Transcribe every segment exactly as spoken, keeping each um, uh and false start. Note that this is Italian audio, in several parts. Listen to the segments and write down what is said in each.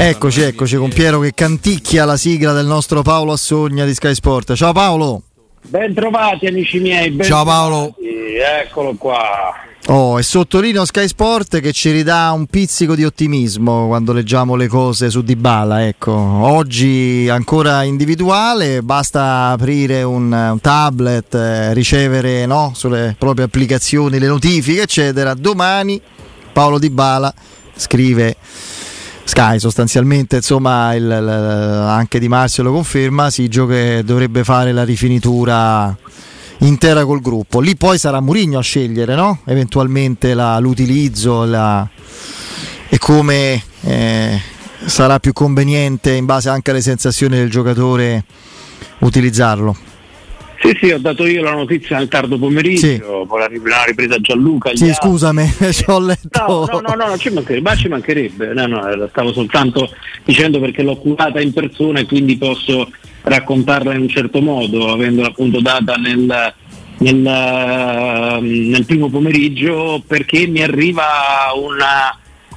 Eccoci, eccoci con Piero che canticchia la sigla del nostro Paolo Assogna di Sky Sport. Ciao Paolo. Ben trovati amici miei. Ben Ciao Paolo. Trovati. Eccolo qua. Oh, e sottolineo Sky Sport che ci ridà un pizzico di ottimismo quando leggiamo le cose su Dybala. Ecco, oggi ancora individuale, basta aprire un, un tablet, eh, ricevere no, sulle proprie applicazioni le notifiche, eccetera. Domani Paolo Dybala, scrive Sky sostanzialmente, insomma, il, il, anche Di Marzio lo conferma, si gioca, dovrebbe fare la rifinitura intera col gruppo. Lì poi sarà Mourinho a scegliere, no? Eventualmente la, l'utilizzo la, e come eh, sarà più conveniente in base anche alle sensazioni del giocatore utilizzarlo. Sì, sì, ho dato io la notizia nel tardo pomeriggio, sì. Poi l'ha ripresa Gianluca. Sì, altri. Scusami, ci ho letto. No, no, no, no, no, ci mancherebbe, ma ci mancherebbe. No, no, stavo soltanto dicendo perché l'ho curata in persona e quindi posso raccontarla in un certo modo, avendola appunto data nel, nel, nel primo pomeriggio, perché mi arriva una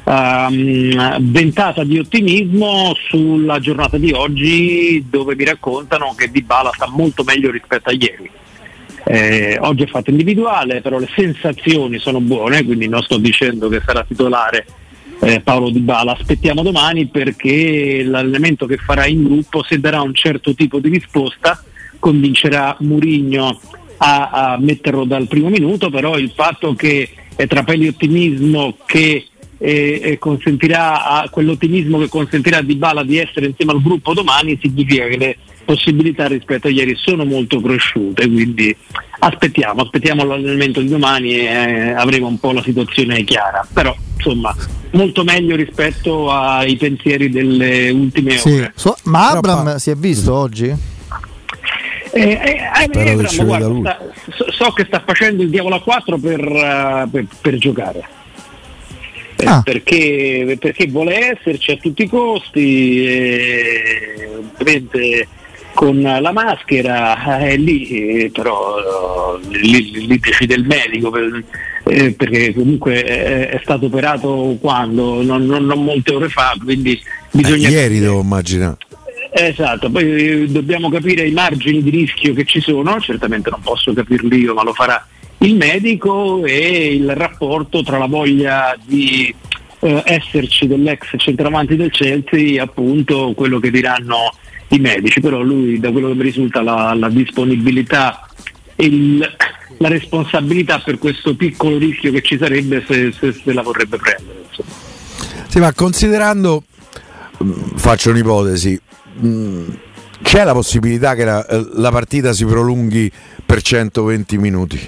um, ventata di ottimismo sulla giornata di oggi, dove mi raccontano che Dybala sta molto meglio rispetto a ieri. Eh, oggi è fatto individuale, però le sensazioni sono buone, quindi non sto dicendo che sarà titolare Eh, Paolo Dybala. Aspettiamo domani, perché l'allenamento che farà in gruppo, se darà un certo tipo di risposta, convincerà Mourinho a, a metterlo dal primo minuto. Però il fatto che è trapeli ottimismo che eh, eh, consentirà a quell'ottimismo che consentirà a Dybala di essere insieme al gruppo domani, significa che le possibilità rispetto a ieri sono molto cresciute, quindi aspettiamo aspettiamo l'allenamento di domani e eh, avremo un po' la situazione chiara. Però insomma molto meglio rispetto ai pensieri delle ultime sì. ore. So, ma Abraham pa- si è visto oggi? Eh, eh, eh, Abraham, guarda, sta, so, so che sta facendo il diavolo a quattro per, uh, per, per giocare. Ah. Perché, perché vuole esserci a tutti i costi, eh, ovviamente con la maschera, eh, lì eh, però lì, lì decide il medico, per, eh, perché comunque eh, è stato operato quando? Non, non, non molte ore fa, quindi bisogna... Eh, ieri devo immaginare. Esatto, poi eh, dobbiamo capire i margini di rischio che ci sono, certamente non posso capirli io, ma lo farà il medico, e il rapporto tra la voglia di eh, esserci dell'ex centravanti del Chelsea, appunto quello che diranno i medici. Però lui, da quello che mi risulta, la, la disponibilità e il, la responsabilità per questo piccolo rischio che ci sarebbe se, se, se la vorrebbe prendere, insomma. Sì, ma considerando, faccio un'ipotesi, c'è la possibilità che la, la partita si prolunghi per centoventi minuti?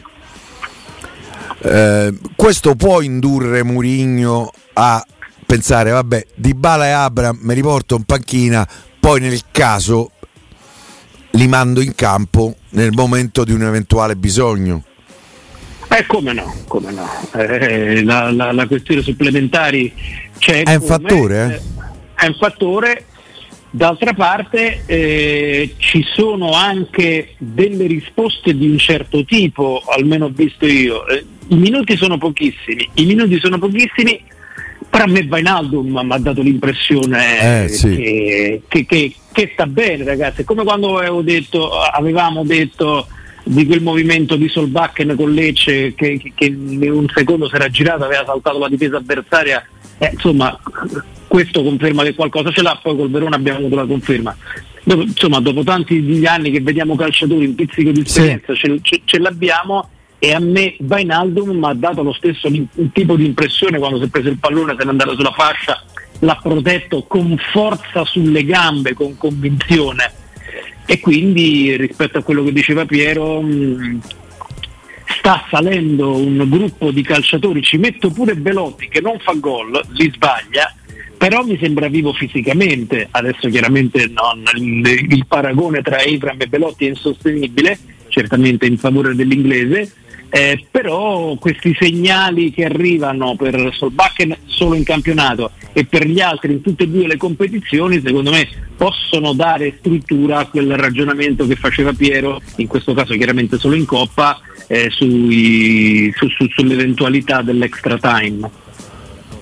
Eh, questo può indurre Mourinho a pensare, vabbè, Dybala e Abraham me li porto in panchina, poi nel caso li mando in campo nel momento di un eventuale bisogno? Eh come no, come no. Eh, la, la, la questione supplementari c'è, è un come, fattore eh? È un fattore. D'altra parte eh, ci sono anche delle risposte di un certo tipo, almeno ho visto io. Eh, I minuti sono pochissimi, i minuti sono pochissimi, però a me Wijnaldum mi ha dato l'impressione eh, sì. che, che, che, che sta bene, ragazzi. È come quando avevo detto, avevamo detto di quel movimento di Solbakken con Lecce che, che, che in un secondo si era girato, aveva saltato la difesa avversaria. Eh, insomma, questo conferma che qualcosa ce l'ha. Poi col Verona abbiamo avuto la conferma. Dopo, insomma, dopo tanti anni che vediamo calciatori in pizzico di esperienza, sì. ce, ce, ce l'abbiamo. E a me Wijnaldum mi ha dato lo stesso un tipo di impressione quando si è preso il pallone, se n'è andato sulla fascia, l'ha protetto con forza sulle gambe, con convinzione. E quindi, rispetto a quello che diceva Piero, mh, sta salendo un gruppo di calciatori. Ci metto pure Belotti che non fa gol, li sbaglia, però mi sembra vivo fisicamente. Adesso chiaramente non, il, il paragone tra Abraham e Belotti è insostenibile, certamente in favore dell'inglese, eh, però questi segnali che arrivano per Solbakken solo in campionato e per gli altri in tutte e due le competizioni, secondo me possono dare struttura a quel ragionamento che faceva Piero, in questo caso chiaramente solo in Coppa, eh, sui, su, su, sull'eventualità dell'extra time. Eh,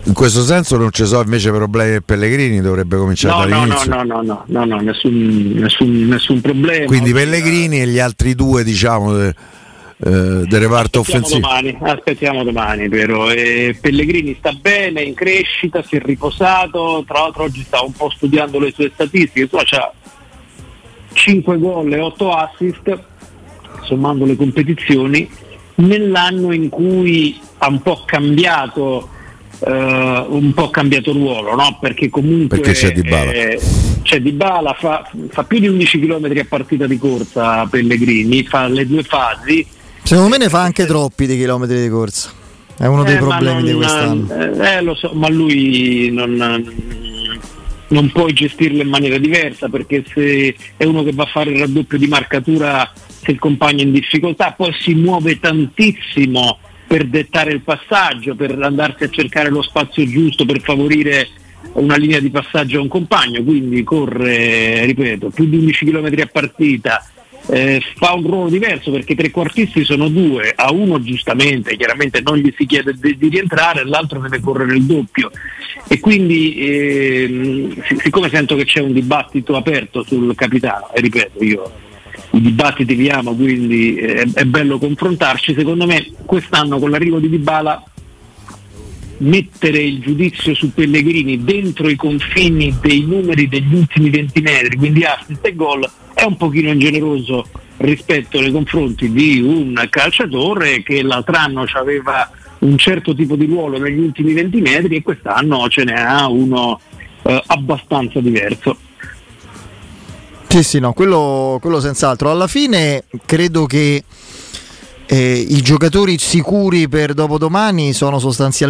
In questo senso non ci sono invece problemi per Pellegrini, dovrebbe cominciare no, dall'inizio. No, no, no, no, no, no, nessun, nessun, nessun problema. Quindi Pellegrini e gli altri due, diciamo, de, eh, del reparto offensivo. Domani, aspettiamo domani, però. E Pellegrini sta bene, in crescita, si è riposato. Tra l'altro oggi stavo un po' studiando le sue statistiche. Tu c'ha cinque gol e otto assist, sommando le competizioni, nell'anno in cui ha un po' cambiato. Uh, un po' cambiato ruolo, no? Perché comunque Perché c'è Dybala, eh, c'è Dybala fa, fa più di undici chilometri a partita di corsa Pellegrini, fa le due fasi. Secondo me ne fa anche troppi di chilometri di corsa, è uno dei eh, problemi non, di quest'anno. Eh, lo so, ma lui non, non puoi gestirlo in maniera diversa, perché se è uno che va a fare il raddoppio di marcatura se il compagno è in difficoltà, poi si muove tantissimo per dettare il passaggio, per andarsi a cercare lo spazio giusto per favorire una linea di passaggio a un compagno, quindi corre, ripeto, più di undici chilometri a partita, eh, fa un ruolo diverso perché i trequartisti sono due, a uno giustamente, chiaramente non gli si chiede di, di rientrare, l'altro deve correre il doppio, e quindi eh, siccome sento che c'è un dibattito aperto sul capitano, e ripeto, io i dibattiti li amo, quindi è, è bello confrontarci. Secondo me quest'anno con l'arrivo di Dybala mettere il giudizio su Pellegrini dentro i confini dei numeri degli ultimi venti metri, quindi assist e gol, è un pochino ingeneroso rispetto nei confronti di un calciatore che l'altro anno aveva un certo tipo di ruolo negli ultimi venti metri e quest'anno ce ne ha uno eh, abbastanza diverso. Sì, sì, no, quello, quello senz'altro. Alla fine credo che eh, i giocatori sicuri per dopodomani sono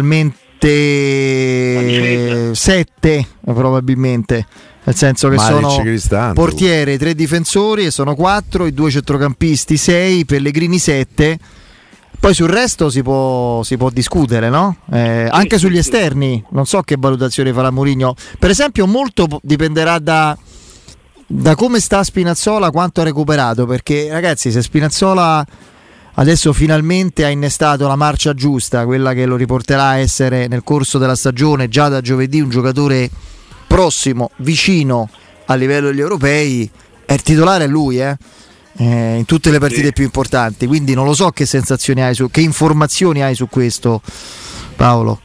sostanzialmente sette, probabilmente, nel senso che Maric, sono Cristante, portiere, tre difensori e sono quattro, i due centrocampisti sei, Pellegrini sette. Poi sul resto si può, si può discutere, no? Eh, anche sugli esterni, non so che valutazione farà Mourinho. Per esempio, molto dipenderà da da come sta Spinazzola, quanto ha recuperato, perché ragazzi, se Spinazzola adesso finalmente ha innestato la marcia giusta, quella che lo riporterà a essere nel corso della stagione già da giovedì un giocatore prossimo, vicino a livello degli europei, è il titolare è lui, eh? Eh, in tutte le partite sì. più importanti, quindi non lo so che sensazioni hai su, che informazioni hai su questo, Paolo.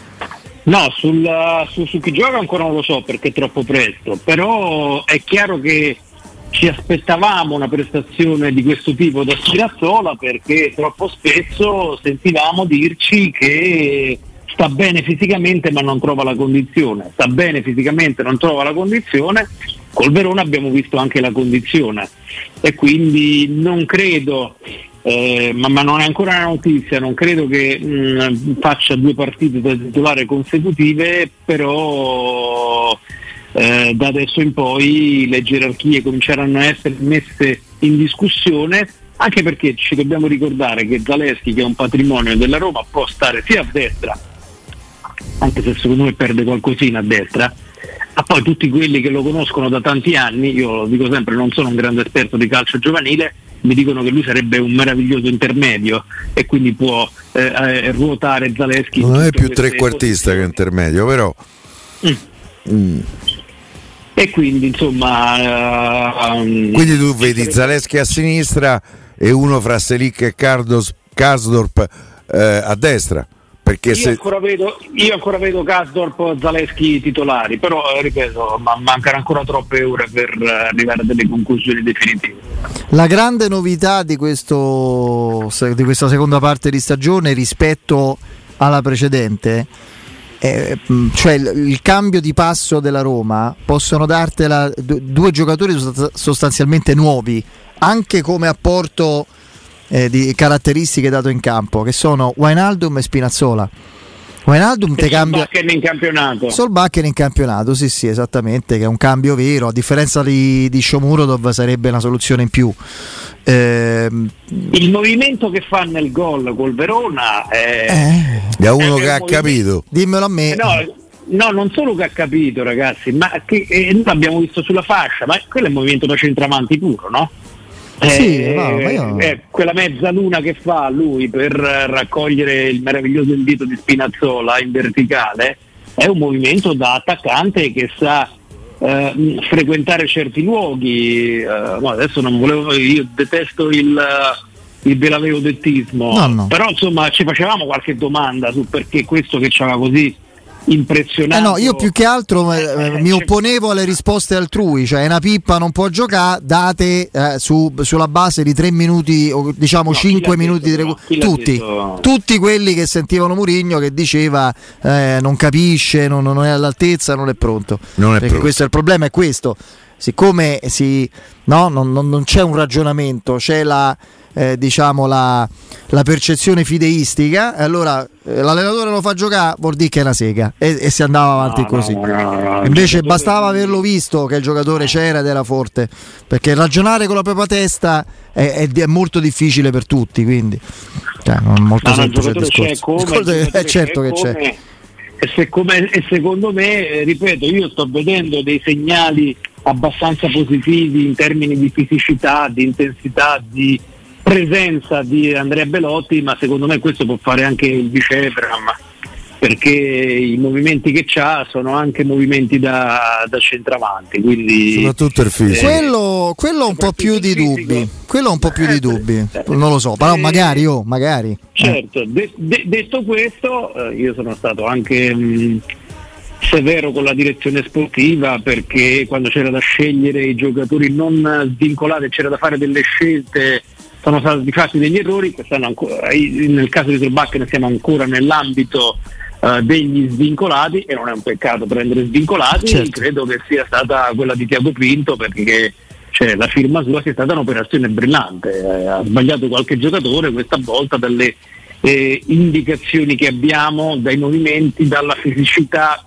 No, sul, su, su chi gioca ancora non lo so perché è troppo presto, però è chiaro che ci aspettavamo una prestazione di questo tipo da Spinazzola, perché troppo spesso sentivamo dirci che sta bene fisicamente ma non trova la condizione, sta bene fisicamente non trova la condizione. Col Verona abbiamo visto anche la condizione e quindi non credo Eh, ma, ma non è ancora una notizia, non credo che mh, faccia due partite da titolare consecutive, però eh, da adesso in poi le gerarchie cominceranno a essere messe in discussione, anche perché ci dobbiamo ricordare che Zalewski, che è un patrimonio della Roma, può stare sia a destra, anche se secondo me perde qualcosina a destra, ma poi tutti quelli che lo conoscono da tanti anni, io lo dico sempre, non sono un grande esperto di calcio giovanile, mi dicono che lui sarebbe un meraviglioso intermedio e quindi può eh, eh, ruotare Zalewski. Non è più trequartista che intermedio, però mm. Mm. E quindi insomma uh, quindi tu vedi Zalewski a sinistra e uno fra Selic e Cardos, Karsdorp eh, a destra, perché io, se... ancora vedo, io ancora vedo Karsdorp, Zalewski titolari, però eh, ripeto, ma mancano ancora troppe ore per uh, arrivare a delle conclusioni definitive. La grande novità di, questo, di questa seconda parte di stagione rispetto alla precedente, eh, cioè il, il cambio di passo della Roma, possono dartela due giocatori sostanzialmente nuovi, anche come apporto eh, di caratteristiche dato in campo, che sono Wijnaldum e Spinazzola. Wijnaldum te cambia Solbakken in campionato. Solbakken in campionato, sì sì, esattamente, che è un cambio vero, a differenza di, di Shomurodov sarebbe una soluzione in più. Eh, il movimento che fa nel gol col Verona è, eh, da uno è che ha movimento. Capito. Dimmelo a me. Eh no, no, non solo che ha capito, ragazzi, ma che eh, noi l'abbiamo visto sulla fascia, ma quello è il movimento da centravanti puro, no? Eh, sì, no, ma io... eh, quella mezzaluna che fa lui per raccogliere il meraviglioso invito di Spinazzola in verticale è un movimento da attaccante che sa eh, frequentare certi luoghi. Eh, no, adesso non volevo, io detesto il il belaveodettismo, no, no. Però insomma ci facevamo qualche domanda su perché questo che c'era così impressionante. Eh no, io più che altro eh, eh, mi opponevo alle risposte altrui, cioè una pippa non può giocare, date eh, su, sulla base di tre minuti o diciamo no, cinque minuti detto, di recu- no, tutti, detto... tutti quelli che sentivano Mourinho che diceva eh, non capisce, non, non è all'altezza, non è pronto. Non è Perché pronto. questo è il problema, è questo. Siccome si, no, non, non, non c'è un ragionamento, c'è la Eh, diciamo la, la percezione fideistica, e allora eh, l'allenatore lo fa giocare, vuol dire che è una sega e, e si andava avanti no, così. No, no, no, Invece bastava averlo visto che il giocatore c'era ed era forte, perché ragionare con la propria testa è, è, è molto difficile per tutti, quindi cioè, non è molto no, semplice il discorso. discorso. C'è come, Discorso è certo che c'è. come, e, se come, e secondo me, eh, ripeto, io sto vedendo dei segnali abbastanza positivi in termini di fisicità, di intensità, di presenza di Andrea Belotti, ma secondo me questo può fare anche il vice Ebram, perché i movimenti che c'ha sono anche movimenti da, da centravanti, quindi soprattutto il fisico. Eh, quello, quello un po' più di dubbi, quello un po' più di dubbi, non lo so, però magari oh, magari. Certo, de- de- detto questo, eh, io sono stato anche mh, severo con la direzione sportiva, perché quando c'era da scegliere i giocatori non svincolati, c'era da fare delle scelte, sono stati fatti degli errori. Quest'anno ancora, nel caso di Solbakken siamo ancora nell'ambito uh, degli svincolati, e non è un peccato prendere svincolati. Certo. Credo che sia stata quella di Tiago Pinto, perché cioè, la firma sua sia stata un'operazione brillante, eh, ha sbagliato qualche giocatore questa volta, dalle eh, indicazioni che abbiamo, dai movimenti, dalla fisicità,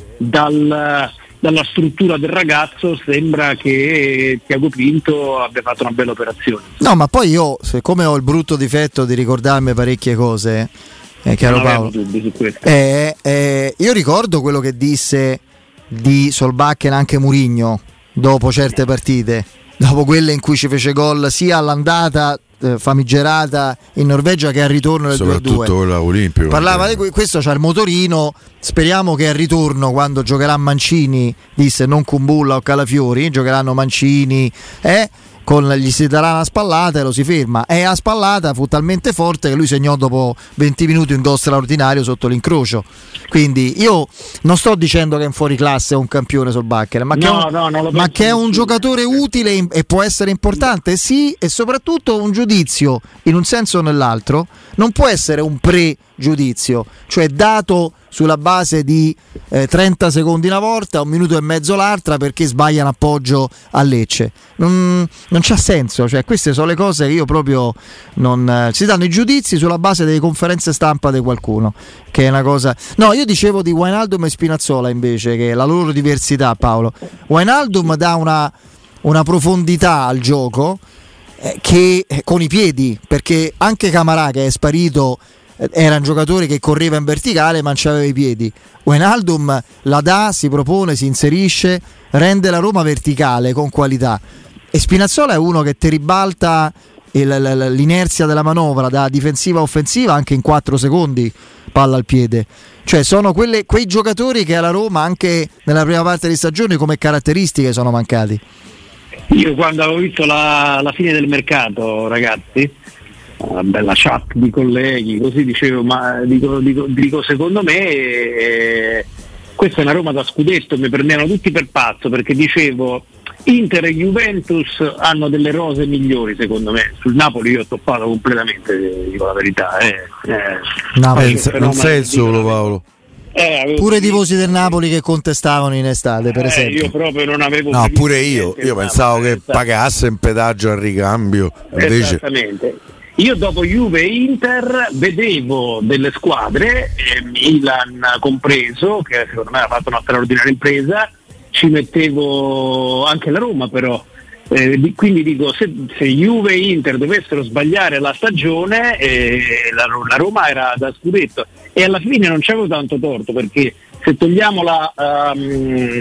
dal dalla struttura del ragazzo sembra che Tiago Pinto abbia fatto una bella operazione. No, ma poi io, siccome ho il brutto difetto di ricordarmi parecchie cose, eh, caro Paolo, dubbi su questo. Eh, eh, io ricordo quello che disse di Solbakken anche Mourinho dopo certe partite, dopo quelle in cui ci fece gol sia all'andata eh, famigerata in Norvegia che al ritorno del due a due. Soprattutto quella olimpica. Parlava di questo, c'ha il motorino, speriamo che al ritorno, quando giocherà Mancini, disse non Kumbulla o Calafiori, giocheranno Mancini, eh, con, gli si darà una spallata e lo si ferma, e a spallata fu talmente forte che lui segnò dopo venti minuti un gol straordinario sotto l'incrocio. Quindi io non sto dicendo che è un fuoriclasse o un campione Solbakken, ma, no, che, no, un, ma che è un giocatore utile e può essere importante, sì, e soprattutto un giudizio in un senso o nell'altro non può essere un pre-giudizio, cioè dato sulla base di eh, trenta secondi una volta, un minuto e mezzo l'altra, perché sbaglia un appoggio a Lecce. Non, non c'ha senso, cioè queste sono le cose che io proprio non... Eh, si danno i giudizi sulla base delle conferenze stampa di qualcuno, che è una cosa... No, io dicevo di Wijnaldum e Spinazzola invece, che la loro diversità, Paolo. Wijnaldum dà una, una profondità al gioco eh, che eh, con i piedi, perché anche Camarà, che è sparito, era un giocatore che correva in verticale ma non c'aveva i piedi. Wijnaldum la dà, si propone, si inserisce, rende la Roma verticale con qualità, e Spinazzola è uno che ti ribalta il, l'inerzia della manovra da difensiva a offensiva anche in quattro secondi, palla al piede. Cioè sono quelle, quei giocatori che alla Roma anche nella prima parte di stagione come caratteristiche sono mancati. Io quando avevo visto la, la fine del mercato, ragazzi, una bella chat di colleghi, così dicevo, ma dico, dico, dico secondo me eh, questa è una Roma da scudetto. Mi prendevano tutti per pazzo, perché dicevo Inter e Juventus hanno delle rose migliori secondo me. Sul Napoli io ho toppato completamente, dico la verità, eh. Eh, no, eh, non sei il solo, Paolo. Eh, pure i tifosi del Napoli che contestavano in estate, per eh, esempio. Io proprio non avevo. No, pure io. Io pensavo che pagasse in pedaggio al ricambio. Invece... Esattamente. Io dopo Juve e Inter vedevo delle squadre, eh, Milan compreso, che secondo me ha fatto una straordinaria impresa, ci mettevo anche la Roma però, eh, di, quindi dico se, se Juve e Inter dovessero sbagliare la stagione, eh, la, la Roma era da scudetto, e alla fine non c'avevo tanto torto, perché se togliamo la, um,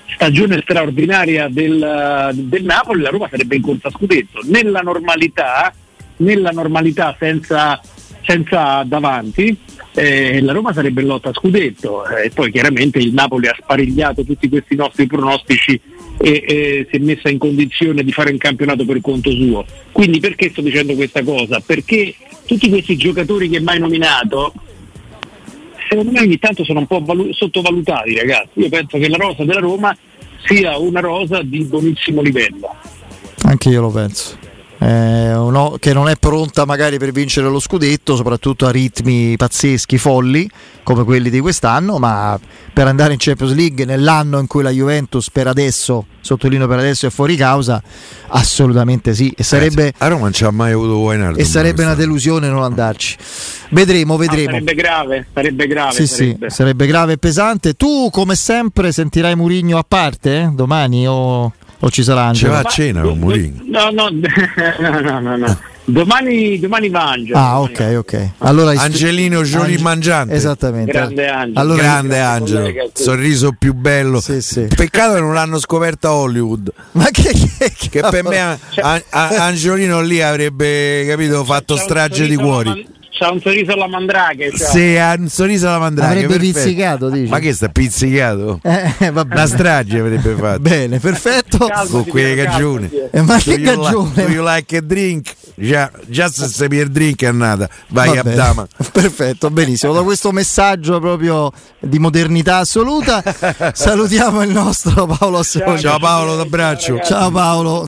stagione straordinaria del, del Napoli, la Roma sarebbe in corsa a scudetto. Nella normalità, nella normalità senza, senza davanti, eh, la Roma sarebbe in lotta a scudetto, e eh, poi chiaramente il Napoli ha sparigliato tutti questi nostri pronostici e eh, si è messa in condizione di fare un campionato per conto suo. Quindi perché sto dicendo questa cosa? Perché tutti questi giocatori che mai nominato secondo me ogni tanto sono un po' valu- sottovalutati, ragazzi. Io penso che la rosa della Roma sia una rosa di buonissimo livello. Anche io lo penso. Eh, uno che non è pronta magari per vincere lo scudetto, soprattutto a ritmi pazzeschi, folli come quelli di quest'anno, ma per andare in Champions League nell'anno in cui la Juventus per adesso, sottolineo per adesso, è fuori causa, assolutamente sì. E sarebbe, a Roma non c'ha mai avuto Wijnaldum, e sarebbe una delusione non andarci. Vedremo, vedremo. Ah, sarebbe grave, sarebbe grave. Sì, sarebbe. sì, sarebbe grave e pesante. Tu come sempre sentirai Mourinho a parte eh? domani o... o ci sarà Angelo? Ci va a cena con Mourinho? No, no, no, no, no, no. Domani, domani mangia. Ah, ok, ok. Allora, Angelino Jolie Ange- mangiante. Esattamente. Grande Angelo. Allora, grande Angelo. Sorriso più bello. Sì, sì. Peccato che non l'hanno scoperta a Hollywood. Ma che, che, che per me a, a, a Angelino lì avrebbe, capito, fatto c'è strage di cuori. C'ha un sorriso alla mandrake. Cioè. Sì, ha un sorriso alla mandrake. Avrebbe perfetto. Pizzicato, dici? Ma che sta pizzicato? Eh, vabbè. Una strage avrebbe fatto. Bene, perfetto. Con quelle cagioni. Eh, ma che do cagione? Like, do you like a drink? Già, già se sei per drink è andata. Vai a dama. Perfetto, benissimo. Da questo messaggio proprio di modernità assoluta salutiamo il nostro Paolo Assoni. Ciao Paolo, d'abbraccio. Ciao Paolo.